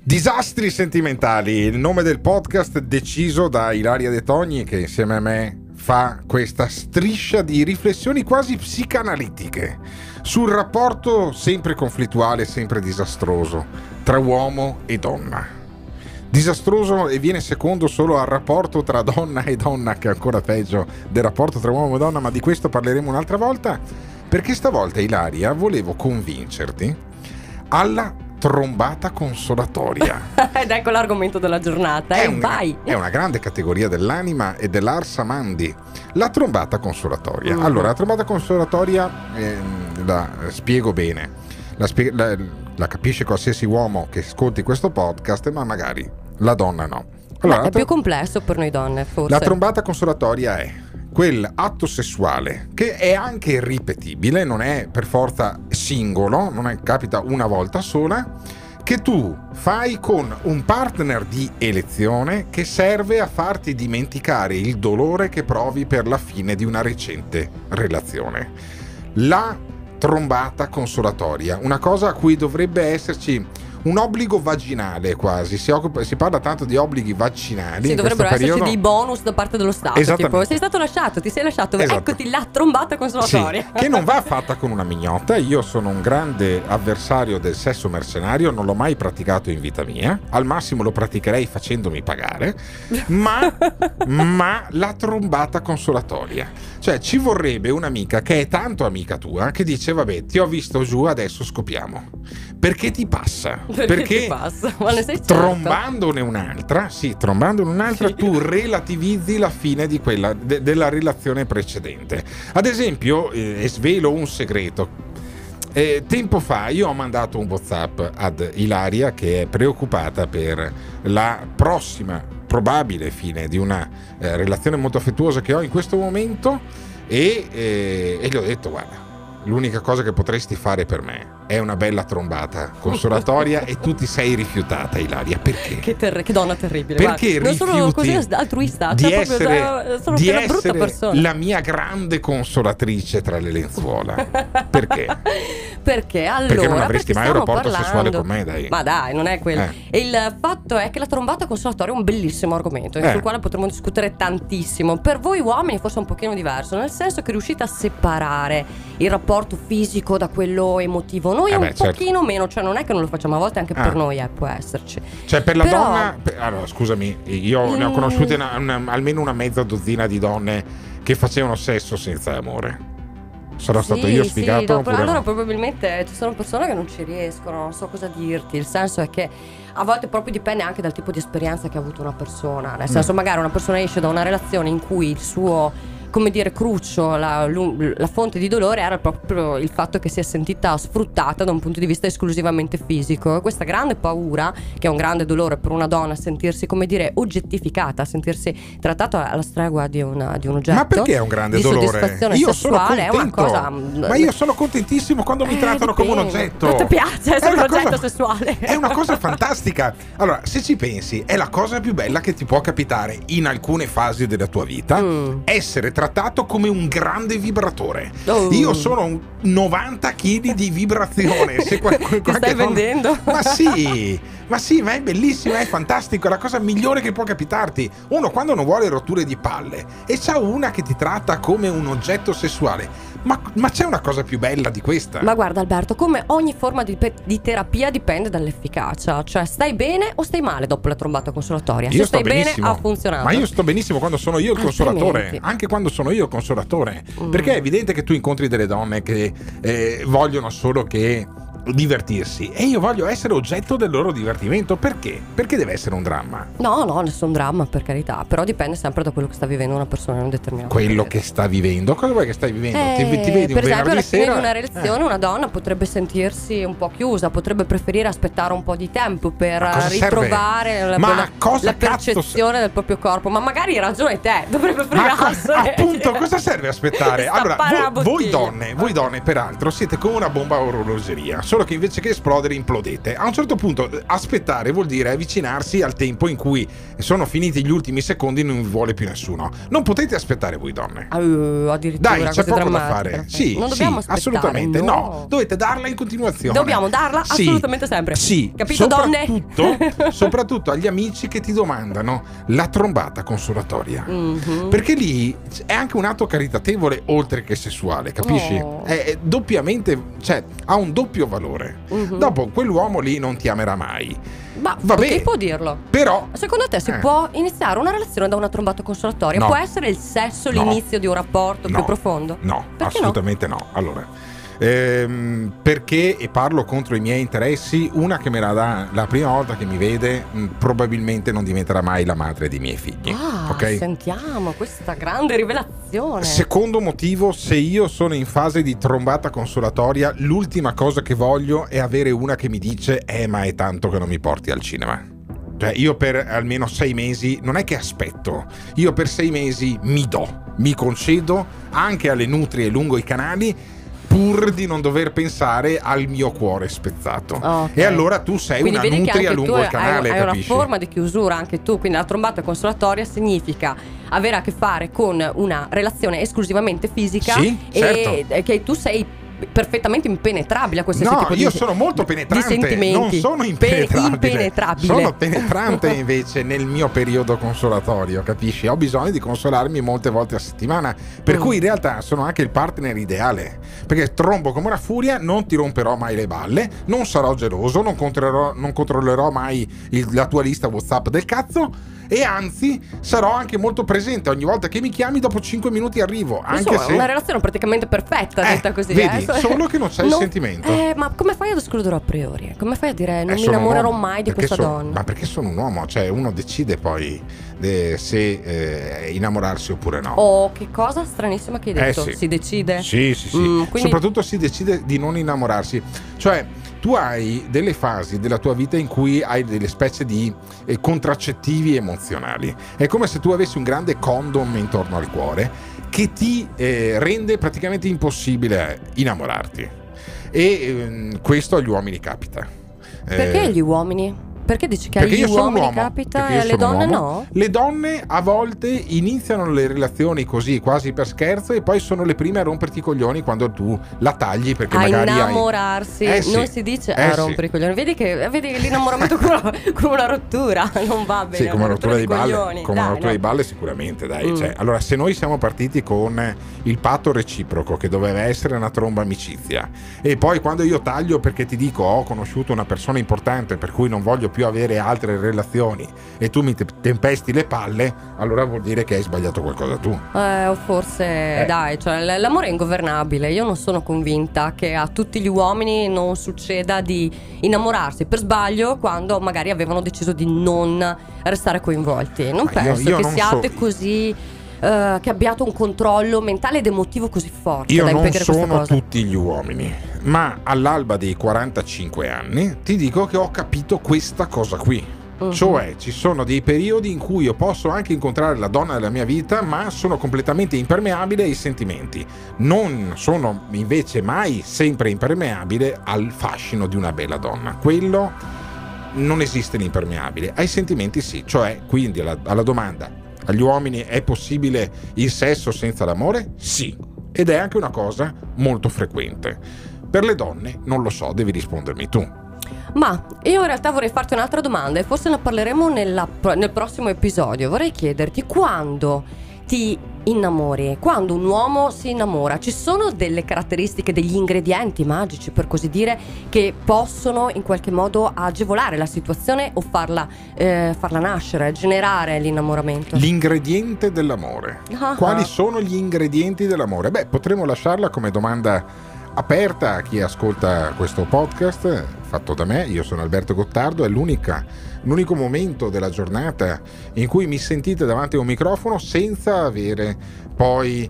Disastri sentimentali, il nome del podcast deciso da Ilaria De Togni, che insieme a me fa questa striscia di riflessioni quasi psicanalitiche sul rapporto sempre conflittuale, sempre disastroso tra uomo e donna. Disastroso e viene secondo solo al rapporto tra donna e donna, che è ancora peggio del rapporto tra uomo e donna, ma di questo parleremo un'altra volta, perché stavolta, Ilaria, volevo convincerti alla trombata consolatoria. Ed ecco l'argomento della giornata. Vai! È una grande categoria dell'anima e dell'Ars Amandi. La trombata consolatoria. Allora, la trombata consolatoria, la spiego bene. La capisce qualsiasi uomo che ascolti questo podcast, ma magari la donna no. Allora, è più complesso per noi donne, forse. La trombata consolatoria è quel atto sessuale che è anche ripetibile, non è per forza singolo, capita una volta sola, che tu fai con un partner di elezione che serve a farti dimenticare il dolore che provi per la fine di una recente relazione. La trombata consolatoria, una cosa a cui dovrebbe esserci un obbligo vaginale quasi, si parla tanto di obblighi vaccinali. Sì, dovrebbero esserci dei bonus da parte dello Stato, tipo sei stato lasciato, ti sei lasciato, eccoti la trombata consolatoria. Sì, che non va fatta con una mignotta. Io sono un grande avversario del sesso mercenario, non l'ho mai praticato in vita mia, al massimo lo praticherei facendomi pagare, ma la trombata consolatoria, cioè ci vorrebbe un'amica che è tanto amica tua che dice vabbè, ti ho visto giù, adesso scopiamo, perché ti passa. Perché ti passa? Ma ne sei certo? trombandone un'altra, tu relativizzi la fine di quella della relazione precedente. Ad esempio, svelo un segreto. Tempo fa io ho mandato un WhatsApp ad Ilaria, che è preoccupata per la prossima probabile fine di una relazione molto affettuosa che ho in questo momento, e gli ho detto guarda, l'unica cosa che potresti fare per me è una bella trombata consolatoria e tu ti sei rifiutata, Ilaria. Perché? Che donna terribile. Perché non sono così altruista, di sono una brutta persona. La mia grande consolatrice tra le lenzuola. Perché? Perché allora? Perché non avresti mai un rapporto sessuale con me, dai. Ma dai, non è quello. E il fatto è che la trombata consolatoria è un bellissimo argomento sul quale potremmo discutere tantissimo. Per voi uomini forse è un pochino diverso, nel senso che riuscite a separare il rapporto fisico da quello emotivo. Noi un pochino meno, cioè non è che non lo facciamo, a volte anche per noi può esserci. Cioè per la donna, allora scusami, io ne ho conosciute almeno una mezza dozzina di donne che facevano sesso senza amore. Sarò stato io sfigato? Sì, allora probabilmente ci sono persone che non ci riescono, non so cosa dirti. Il senso è che a volte proprio dipende anche dal tipo di esperienza che ha avuto una persona. Nel senso, magari una persona esce da una relazione in cui il suo, come dire, cruccio, la fonte di dolore era proprio il fatto che si è sentita sfruttata da un punto di vista esclusivamente fisico. Questa grande paura, che è un grande dolore per una donna, sentirsi, come dire, oggettificata, sentirsi trattata alla stregua di un oggetto. Ma perché è un grande dolore? Soddisfazione sessuale è una cosa. Ma io sono contentissimo quando mi trattano come un oggetto. Non ti piace essere un oggetto sessuale? È una cosa fantastica. Allora, se ci pensi, è la cosa più bella che ti può capitare in alcune fasi della tua vita, essere trattato come un grande vibratore. Io sono un 90 kg di vibrazione. Se ti stai vendendo? Ma ma è bellissimo, è fantastico, è la cosa migliore che può capitarti. Uno quando non vuole rotture di palle e c'ha una che ti tratta come un oggetto sessuale. Ma c'è una cosa più bella di questa? Ma guarda Alberto, come ogni forma di terapia dipende dall'efficacia. Cioè stai bene o stai male dopo la trombata consolatoria? Se stai bene ha funzionato. Ma io sto benissimo quando sono io il consolatore. Anche quando sono io il consolatore. Perché è evidente che tu incontri delle donne che vogliono solo che divertirsi e io voglio essere oggetto del loro divertimento. Perché? Perché deve essere un dramma? No, nessun dramma, per carità. Però dipende sempre da quello che sta vivendo una persona in un determinato quello che sta vivendo. Cosa vuoi che stai vivendo? Ti vedi per un esempio alla fine sera di una relazione una donna potrebbe sentirsi un po' chiusa, potrebbe preferire aspettare un po' di tempo per ritrovare la percezione del proprio corpo. Ma magari hai ragione te, dovrebbe fregarsene. Appunto, cosa serve aspettare? Allora, voi donne peraltro siete come una bomba a orologeria. solo che invece che esplodere implodete. A un certo punto aspettare vuol dire avvicinarsi al tempo in cui sono finiti gli ultimi secondi e non vi vuole più nessuno. Non potete aspettare voi donne. Addirittura. Dai, c'è poco da fare. Sì, non dobbiamo sì, assolutamente. No, dovete darla in continuazione. Dobbiamo darla assolutamente sempre. Sì, capito, donne? Soprattutto agli amici che ti domandano la trombata consolatoria. Perché lì è anche un atto caritatevole oltre che sessuale, capisci? È doppiamente, cioè ha un doppio valore. Dopo quell'uomo lì non ti amerà mai. Ma chi può dirlo? Però secondo te si può iniziare una relazione da una trombata consolatoria? No. Può essere il sesso l'inizio di un rapporto più profondo? No, perché assolutamente no. Allora, perché, e parlo contro i miei interessi, una che me la dà la prima volta che mi vede probabilmente non diventerà mai la madre dei miei figli. Ok? Sentiamo questa grande rivelazione. Secondo motivo, se io sono in fase di trombata consolatoria, l'ultima cosa che voglio è avere una che mi dice ma è tanto che non mi porti al cinema. Cioè io per almeno 6 mesi non è che aspetto, io per 6 mesi mi concedo anche alle nutrie lungo i canali, pur di non dover pensare al mio cuore spezzato. Okay. E allora tu sei quindi una nutria lungo il canale, hai capisci? Una forma di chiusura anche tu, quindi la trombata consolatoria significa avere a che fare con una relazione esclusivamente fisica, sì, certo. E che tu sei perfettamente impenetrabile a questo tipo di io sono molto penetrante, di sentimenti. Non sono impenetrabile. Sono penetrante invece nel mio periodo consolatorio, capisci? Ho bisogno di consolarmi molte volte a settimana, per cui in realtà sono anche il partner ideale, perché trombo come una furia, non ti romperò mai le balle, non sarò geloso, non controllerò mai la tua lista WhatsApp del cazzo, e anzi sarò anche molto presente ogni volta che mi chiami. Dopo 5 minuti arrivo, anche insomma, se è una relazione praticamente perfetta, detta così, vedi, solo che non c'è il sentimento. Ma come fai ad escluderlo a priori? Come fai a dire non mi innamorerò mai di questa donna? Ma perché sono un uomo, cioè uno decide poi se innamorarsi oppure no. Che cosa stranissima che hai detto. Sì. Si decide? Sì. Quindi... soprattutto si decide di non innamorarsi. Cioè tu hai delle fasi della tua vita in cui hai delle specie di contraccettivi emozionali. È come se tu avessi un grande condom intorno al cuore che ti rende praticamente impossibile innamorarti. E questo agli uomini capita. Perché gli uomini? Perché dici che agli uomini capita e alle donne no? Le donne a volte iniziano le relazioni così, quasi per scherzo, e poi sono le prime a romperti i coglioni quando tu la tagli, perché magari innamorarsi non si dice a rompere i coglioni. Vedi che l'innamoramento come una rottura non va bene. Sì, come una rottura di balle. Come una rottura di balle sicuramente, dai. Cioè, allora, se noi siamo partiti con il patto reciproco che doveva essere una tromba amicizia, e poi quando io taglio perché ti dico ho conosciuto una persona importante per cui non voglio più avere altre relazioni, e tu mi tempesti le palle, allora vuol dire che hai sbagliato qualcosa tu. O forse dai, cioè l'amore è ingovernabile. Io non sono convinta che a tutti gli uomini non succeda di innamorarsi per sbaglio quando magari avevano deciso di non restare coinvolti. Non penso che siate così che abbiate un controllo mentale ed emotivo così forte da impedire questa cosa. Io non sono tutti gli uomini, ma all'alba dei 45 anni ti dico che ho capito questa cosa qui. Cioè ci sono dei periodi in cui io posso anche incontrare la donna della mia vita, ma sono completamente impermeabile ai sentimenti. Non sono invece mai sempre impermeabile al fascino di una bella donna. Quello non esiste l'impermeabile. Ai sentimenti sì. Cioè, quindi alla domanda: agli uomini è possibile il sesso senza l'amore? Sì, ed è anche una cosa molto frequente. Per le donne non lo so, devi rispondermi tu. Ma io in realtà vorrei farti un'altra domanda, e forse ne parleremo nel prossimo episodio. Vorrei chiederti: quando ti innamori, quando un uomo si innamora, ci sono delle caratteristiche, degli ingredienti magici, per così dire, che possono in qualche modo agevolare la situazione o farla nascere, generare l'innamoramento? L'ingrediente dell'amore. Quali sono gli ingredienti dell'amore? Beh, potremmo lasciarla come domanda aperta a chi ascolta questo podcast fatto da me. Io sono Alberto Gottardo, è l'unico momento della giornata in cui mi sentite davanti a un microfono senza avere poi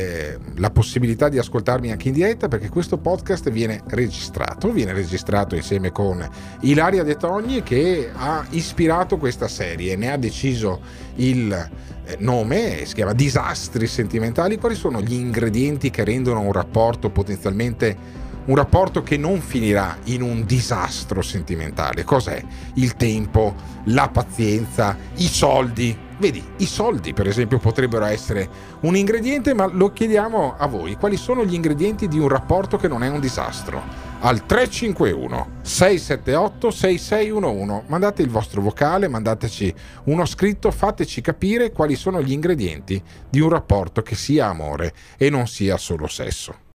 la possibilità di ascoltarmi anche in diretta, perché questo podcast viene registrato insieme con Ilaria De Togni, che ha ispirato questa serie, ne ha deciso il nome, si chiama Disastri Sentimentali. Quali sono gli ingredienti che rendono un rapporto potenzialmente un rapporto che non finirà in un disastro sentimentale. Cos'è? Il tempo, la pazienza, i soldi. Vedi, i soldi per esempio potrebbero essere un ingrediente, ma lo chiediamo a voi. Quali sono gli ingredienti di un rapporto che non è un disastro? Al 351 678 6611 mandate il vostro vocale, mandateci uno scritto, fateci capire quali sono gli ingredienti di un rapporto che sia amore e non sia solo sesso.